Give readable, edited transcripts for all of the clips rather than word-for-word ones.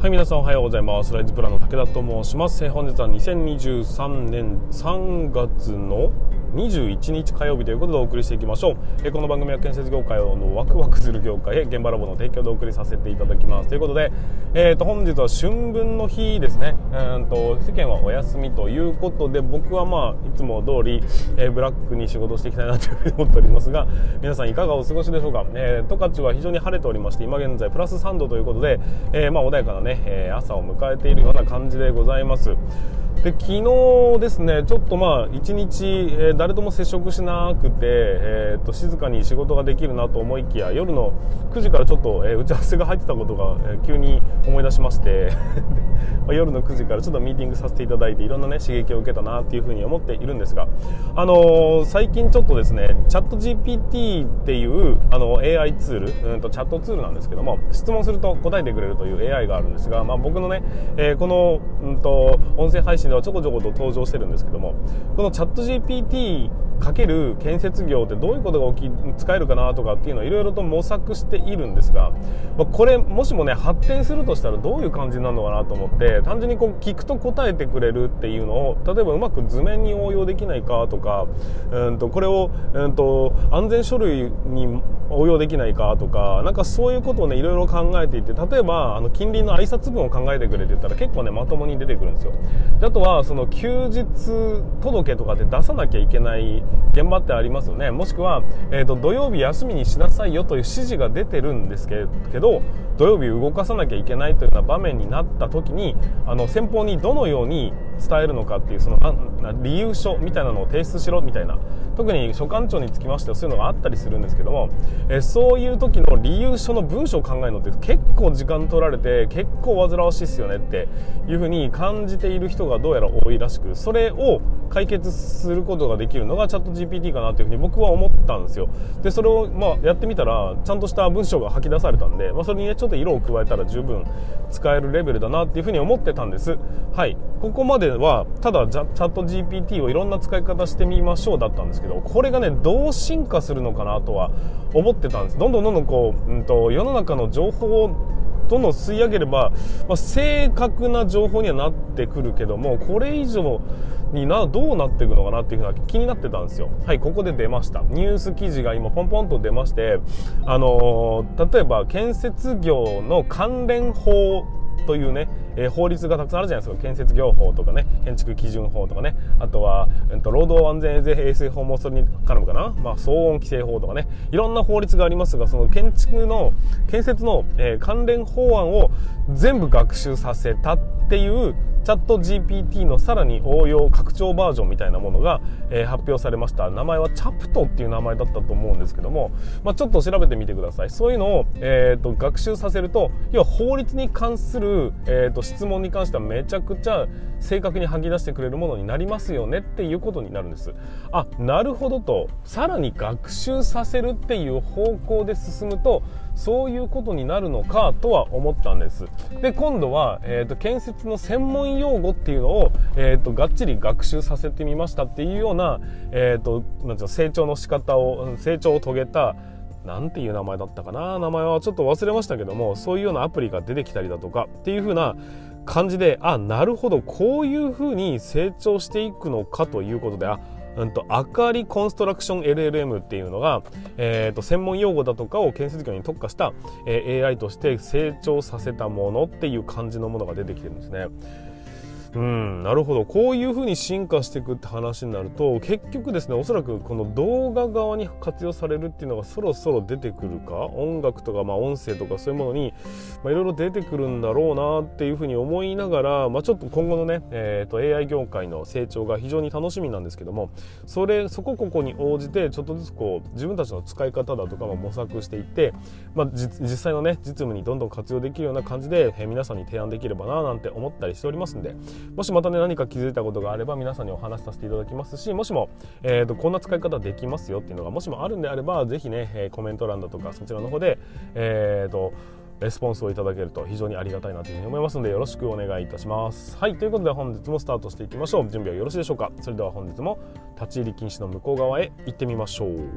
はい、皆さんおはようございます。ライズプランの武田と申します。本日は2023年3月の21日火曜日ということでお送りしていきましょう。この番組は建設業界のワクワクする業界へ現場ラボの提供でお送りさせていただきますということで、本日は春分の日ですね。世間はお休みということで、僕はいつも通り、ブラックに仕事していきたいなというふうに思っておりますが、皆さんいかがお過ごしでしょうか。十勝は非常に晴れておりまして、今現在プラス3度ということで、穏やかなね、朝を迎えているような感じでございます。で、昨日ですね、ちょっと一日、誰とも接触しなくて、静かに仕事ができるなと思いきや、夜の9時からちょっと、打ち合わせが入ってたことが、急に思い出しまして夜の9時からちょっとミーティングさせていただいて、いろんなね刺激を受けたなっていうふうに思っているんですが、最近ちょっとですね、チャット GPT っていう、AI ツール、チャットツールなんですけども、質問すると答えてくれるという AI があるんですが、僕のね、この、音声配信ではちょこちょこと登場してるんですけども、このチャット GPT かける建設業ってどういうことが使えるかなとかっていうのをいろいろと模索しているんですが、これもしもね発展するとしたらどういう感じになるのかなと思って、単純にこう聞くと答えてくれるっていうのを、例えばうまく図面に応用できないかとか、これを、安全書類に応用できないかとか、なんかそういうことをねいろいろ考えていて、例えば近隣の挨拶文を考えてくれって言ったら結構ねまともに出てくるんですよ。で、あとはその休日届とかで出さなきゃいけない現場ってありますよね。もしくは、土曜日休みにしなさいよという指示が出てるんですけど、土曜日動かさなきゃいけないというような場面になった時に、先方にどのように伝えるのかっていう、その理由書みたいなのを提出しろみたいな、特に所管長につきましてはそういうのがあったりするんですけども、そういう時の理由書の文章を考えるのって結構時間取られて結構煩わしいですよねっていうふうに感じている人がどうやら多いらしく、それを解決することができるのがチャット GPT かなというふうに僕は思ったんですよ。で、それをやってみたらちゃんとした文章が吐き出されたんで、それにねちょっと色を加えたら十分使えるレベルだなっていうふうに思ってたんです。はい、ここまではただチャット GPT をいろんな使い方してみましょうだったんですけど、これがねどう進化するのかなとは思ってたんです。どんどんこう、世の中の情報をどんどん吸い上げれば、正確な情報にはなってくるけども、これ以上にどうなっていくのかなっていうふうな気になってたんですよ。はい、ここで出ました。ニュース記事が今ポンポンと出まして、例えば建設業の関連法というね、法律がたくさんあるじゃないですか。建設業法とかね、建築基準法とかね、あとは、労働安全衛生法もそれに絡むかな、騒音規制法とかね、いろんな法律がありますが、その建設の、関連法案を全部学習させたっていうチャット GPT のさらに応用拡張バージョンみたいなものが、発表されました。名前はチャプトっていう名前だったと思うんですけども、ちょっと調べてみてください。そういうのを、学習させると、要は法律に関する、質問に関してはめちゃくちゃ正確に吐き出してくれるものになりますよねっていうことになるんです。あ、なるほどと、さらに学習させるっていう方向で進むとそういうことになるのかとは思ったんです。で、今度は、建設の専門用語っていうのを、がっちり学習させてみましたっていうような、なんていう成長の仕方を、成長を遂げた、なんていう名前だったかな、名前はちょっと忘れましたけども、そういうようなアプリが出てきたりだとかっていう風な感じで、なるほど、こういう風に成長していくのかということで、アカリコンストラクション LLM っていうのが、専門用語だとかを建設業に特化した、AI として成長させたものっていう感じのものが出てきてるんですね。なるほど、こういう風に進化していくって話になると、結局ですね、おそらくこの動画側に活用されるっていうのがそろそろ出てくるか、音楽とか音声とかそういうものにいろいろ出てくるんだろうなっていう風に思いながら、ちょっと今後のね、AI 業界の成長が非常に楽しみなんですけども、そこに応じてちょっとずつこう自分たちの使い方だとかも模索していって、実際のね実務にどんどん活用できるような感じで、皆さんに提案できればななんて思ったりしておりますんで、もしまたね何か気づいたことがあれば皆さんにお話しさせていただきますし、もしも、こんな使い方できますよっていうのがもしもあるんであれば、ぜひね、コメント欄だとかそちらの方で、レスポンスをいただけると非常にありがたいなというふうに思いますので、よろしくお願いいたします。はい、ということで本日もスタートしていきましょう。準備はよろしいでしょうか。それでは本日も立ち入り禁止の向こう側へ行ってみましょう。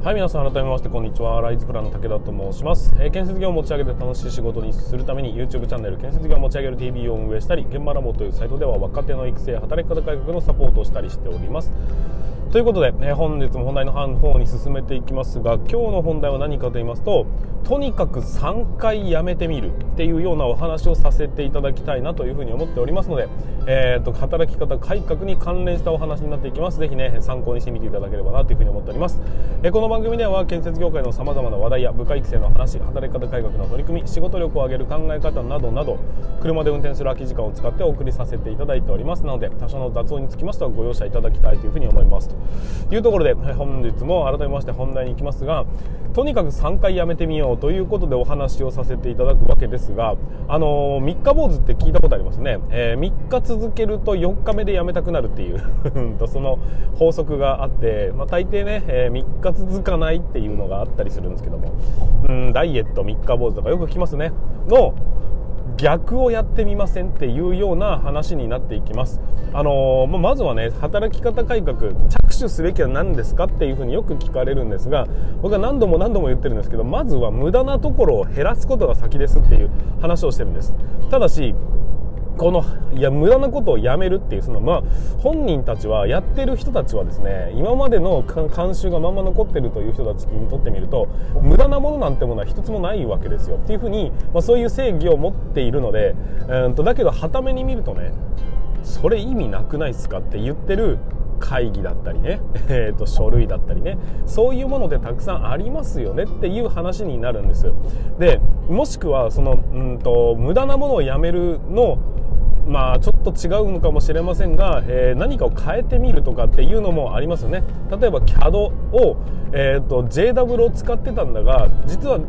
はい、皆さん改めましてこんにちは。ライズプランの武田と申します。建設業を持ち上げて楽しい仕事にするために YouTube チャンネル建設業を持ち上げる TV を運営したり、現場ラボというサイトでは若手の育成、働き方改革のサポートをしたりしております。ということで、本日も本題の方に進めていきますが、今日の本題は何かと言いますと、とにかく3回やめてみるっていうようなお話をさせていただきたいなというふうに思っておりますので、働き方改革に関連したお話になっていきます。ぜひね、参考にしてみていただければなというふうに思っております。この番組では建設業界の様々な話題や部下育成の話、働き方改革の取り組み、仕事力を上げる考え方などなど、車で運転する空き時間を使ってお送りさせていただいておりますので、多少の雑音につきましてはご容赦いただきたいというふうに思いますというところで、本日も改めまして本題に行きますが、とにかく3回やめてみようということでお話をさせていただくわけですが、3日坊主って聞いたことありますね。3日続けると4日目でやめたくなるっていうその法則があって、大抵ね、3日続かないっていうのがあったりするんですけども、ダイエット3日坊主とかよく聞きますねの逆をやってみませんっていうような話になっていきます。まずはね、働き方改革着手すべきは何ですかっていうふうによく聞かれるんですが、僕は何度も言ってるんですけど、まずは無駄なところを減らすことが先ですっていう話をしてるんです。ただし無駄なことをやめるっていう本人たちはやってる人たちはですね、今までの慣習がまま残ってるという人たちにとってみると、無駄なものなんてものは一つもないわけですよっていうふうに、そういう正義を持っているので、だけど傍目に見るとね、それ意味なくないっすかって言ってる会議だったりね、書類だったりね、そういうものでたくさんありますよねっていう話になるんです。で、もしくは無駄なものをやめるのちょっと違うのかもしれませんが、何かを変えてみるとかっていうのもありますよね。例えば CAD を、JW を使ってたんだが、実は違う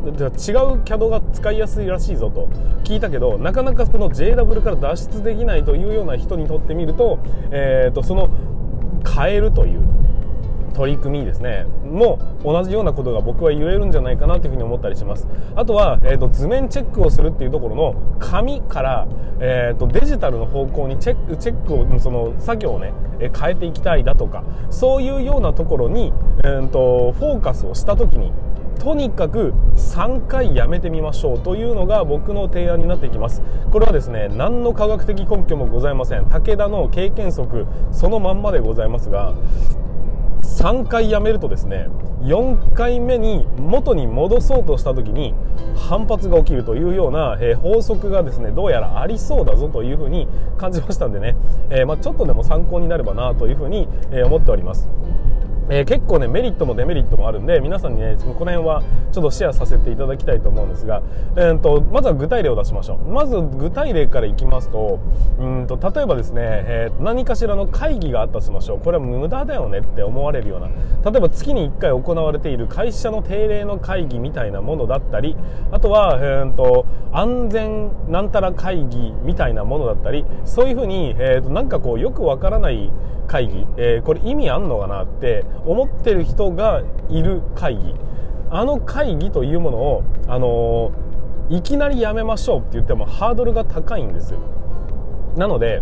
CAD が使いやすいらしいぞと聞いたけど、なかなかその JW から脱出できないというような人にとってみると、その変えるという取り組みですねも同じようなことが僕は言えるんじゃないかなというふうに思ったりします。あとは、図面チェックをするっていうところの紙から、デジタルの方向にチェックをその作業をね変えていきたいだとか、そういうようなところに、フォーカスをした時にとにかく3回やめてみましょうというのが僕の提案になっていきます。これはですね、何の科学的根拠もございません。武田の経験則そのまんまでございますが、3回やめるとですね、4回目に元に戻そうとした時に反発が起きるというような、法則がですね、どうやらありそうだぞというふうに感じましたんでね、ちょっとでも参考になればなというふうに、思っております。結構ねメリットもデメリットもあるんで、皆さんにねこの辺はちょっとシェアさせていただきたいと思うんですが、まずは具体例を出しましょう。まず具体例からいきますと、例えばですね、何かしらの会議があったとしましょう。これは無駄だよねって思われるような、例えば月に1回行われている会社の定例の会議みたいなものだったり、あとは、安全なんたら会議みたいなものだったり、そういうふうに、なんかよくわからない会議、これ意味あんのかなって思ってる人がいる会議、会議というものを、いきなりやめましょうって言ってもハードルが高いんですよ。なので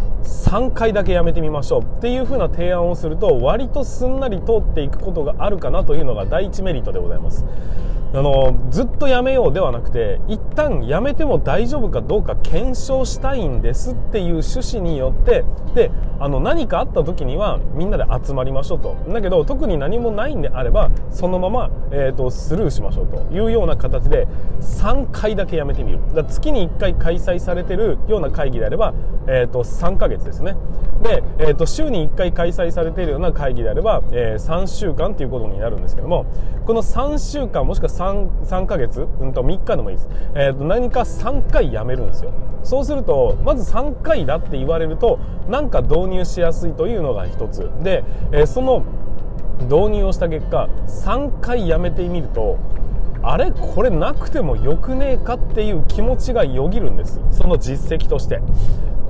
3回だけやめてみましょうっていう風な提案をすると、割とすんなり通っていくことがあるかなというのが第一メリットでございます。ずっとやめようではなくて、一旦やめても大丈夫かどうか検証したいんですっていう趣旨によって、で何かあった時にはみんなで集まりましょうと。だけど特に何もないんであればそのまま、スルーしましょうというような形で3回だけやめてみる。だから月に1回開催されてるような会議であれば、3ヶ月ですね。で、週に1回開催されているような会議であれば、3週間ということになるんですけども、この3週間もしくは3ヶ月、3日でもいいです。何か3回やめるんですよ。そうするとまず3回だって言われるとなんか導入しやすいというのが一つで、その導入をした結果3回やめてみると、あれこれなくてもよくねえかっていう気持ちがよぎるんです、その実績として。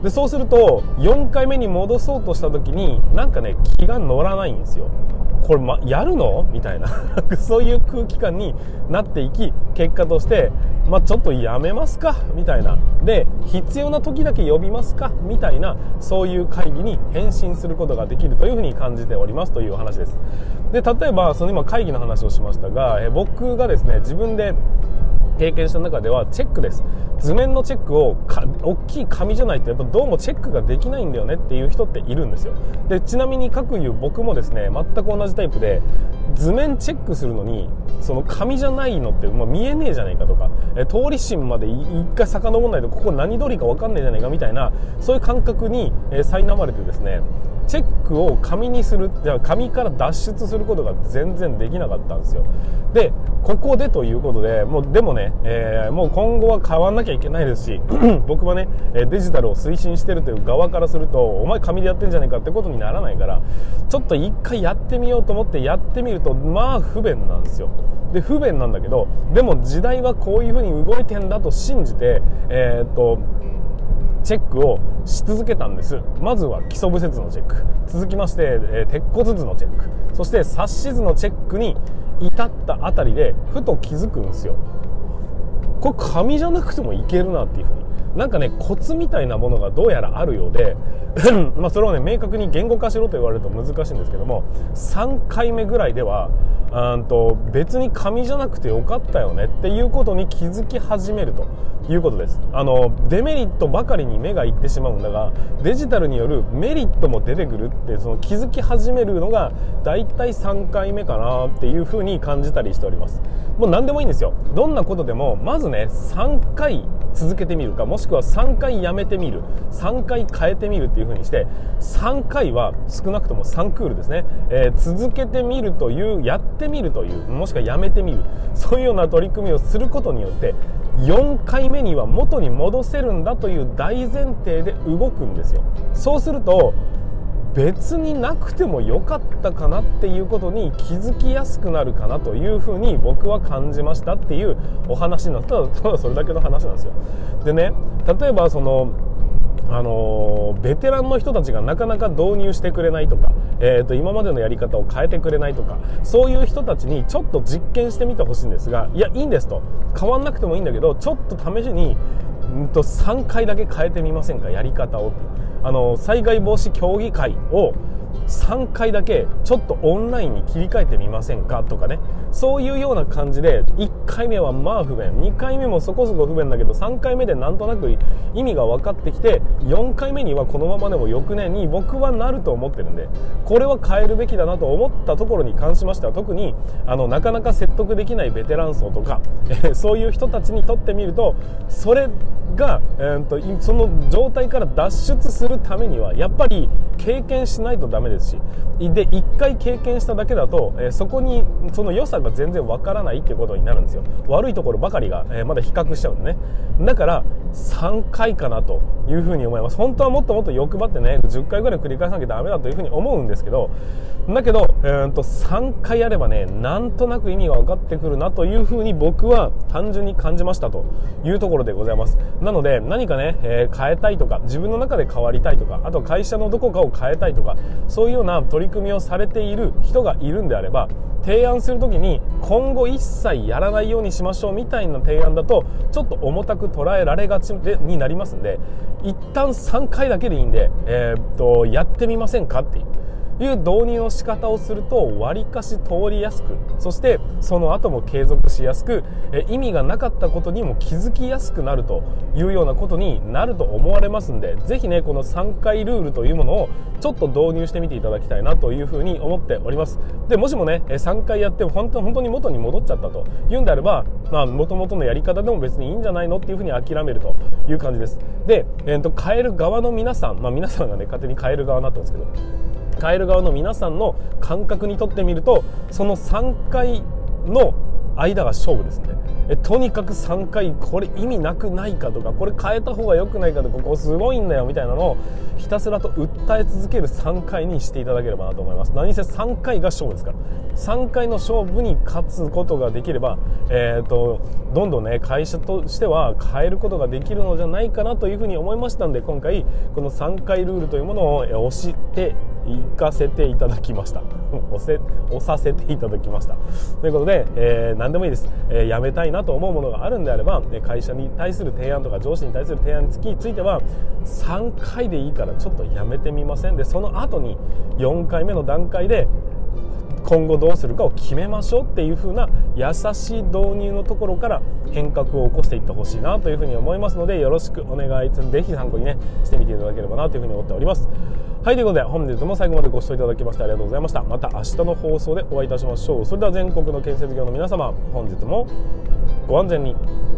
でそうすると4回目に戻そうとした時になんかね気が乗らないんですよ。これ、やるのみたいなそういう空気感になっていき、結果として、ちょっとやめますかみたいな、で必要な時だけ呼びますかみたいな、そういう会議に変身することができるというふうに感じておりますという話です。で例えばその今会議の話をしましたが、僕がですね自分で経験した中ではチェックです。図面のチェックを大きい紙じゃないとやっぱどうもチェックができないんだよねっていう人っているんですよ。でちなみに各言う僕もですね全く同じタイプで、図面チェックするのにその紙じゃないのって見えねえじゃないかとか、通り芯まで一回遡らないとここ何通りか分かんねえじゃないかみたいな、そういう感覚に苛まれてですね、チェックを紙にする、紙から脱出することが全然できなかったんですよ。でここでということででもね、もう今後は変わんなきゃいけないですし僕はねデジタルを推進してるという側からするとお前紙でやってんじゃないかってことにならないから、ちょっと一回やってみようと思ってやってみると不便なんですよ。で不便なんだけど、でも時代はこういう風に動いてんだと信じてチェックをし続けたんです。まずは基礎部設のチェック、続きまして、鉄骨図のチェック、そして冊子図のチェックに至ったあたりでふと気づくんですよ。これ紙じゃなくてもいけるなっていうふうに、なんかねコツみたいなものがどうやらあるようでそれをね明確に言語化しろと言われると難しいんですけども、3回目ぐらいでは別に紙じゃなくてよかったよねっていうことに気づき始めるということです。デメリットばかりに目がいってしまうんだが、デジタルによるメリットも出てくるって、その気づき始めるのがだいたい3回目かなっていうふうに感じたりしております。もう何でもいいんですよ。どんなことでもまずね3回続けてみるか、もしくは3回やめてみる、3回変えてみるっていう風にして、3回は少なくとも3クールですね、続けてみるという、やってみるという、もしくはやめてみる、そういうような取り組みをすることによって4回目には元に戻せるんだという大前提で動くんですよ。そうすると別になくてもよかったかなっていうことに気づきやすくなるかなというふうに僕は感じましたっていうお話なんです。ただそれだけの話なんですよ。でね、例えばベテランの人たちがなかなか導入してくれないとか、今までのやり方を変えてくれないとか、そういう人たちにちょっと実験してみてほしいんですが、いやいいんですと、変わんなくてもいいんだけどちょっと試しに3回だけ変えてみませんか、やり方を。災害防止協議会を3回だけちょっとオンラインに切り替えてみませんかとかね、そういうような感じで1回目は不便、2回目もそこそこ不便だけど3回目でなんとなく意味が分かってきて、4回目にはこのままでもよくねに僕はなると思ってるんで、これは変えるべきだなと思ったところに関しましては、特になかなか説得できないベテラン層とかそういう人たちにとってみると、それが、その状態から脱出するためにはやっぱり経験しないとダメですし、で1回経験しただけだと、そこにその良さが全然わからないっていうことになるんですよ。悪いところばかりが、まだ比較しちゃうんでね。だから3回かなというふうに思います。本当はもっともっと欲張ってね10回ぐらい繰り返さなきゃダメだというふうに思うんですけど、3回やればねなんとなく意味が分かってくるなというふうに僕は単純に感じましたというところでございます。なので何かね、変えたいとか、自分の中で変わりたいとか、あと会社のどこかを変えたいとか、そういうような取り組みをされている人がいるんであれば、提案するときに今後一切やらないようにしましょうみたいな提案だとちょっと重たく捉えられがちになりますんで、一旦3回だけでいいんで、やってみませんかっていう導入の仕方をすると割かし通りやすく、そしてその後も継続しやすく、意味がなかったことにも気づきやすくなるというようなことになると思われますんで、ぜひねこの3回ルールというものをちょっと導入してみていただきたいなというふうに思っております。でもしもね3回やって本当に元に戻っちゃったというんであれば、元々のやり方でも別にいいんじゃないのっていうふうに諦めるという感じです。で、変える側の皆さん、皆さんがね勝手に変える側になってますけど、変える側の皆さんの感覚にとってみると、その3回の間が勝負ですね。とにかく3回これ意味なくないかとか、これ変えた方が良くないかとか、ここすごいんだよみたいなのをひたすらと訴え続ける3回にしていただければなと思います。何せ3回が勝負ですから。 3回の勝負に勝つことができれば、どんどんね会社としては変えることができるのじゃないかなというふうに思いましたので、今回この3回ルールというものを押していかせていただきました押させていただきましたということで、何でもいいです、辞めたいなと思うものがあるんであれば、会社に対する提案とか上司に対する提案については3回でいいからちょっと辞めてみませんで、その後に4回目の段階で今後どうするかを決めましょうっていう風な優しい導入のところから変革を起こしていってほしいなというふうに思いますので、よろしくお願い、ぜひ参考にねしてみていただければなというふうに思っております。はい、ということで本日も最後までご視聴いただきましてありがとうございました。また明日の放送でお会いいたしましょう。それでは全国の建設業の皆様、本日もご安全に。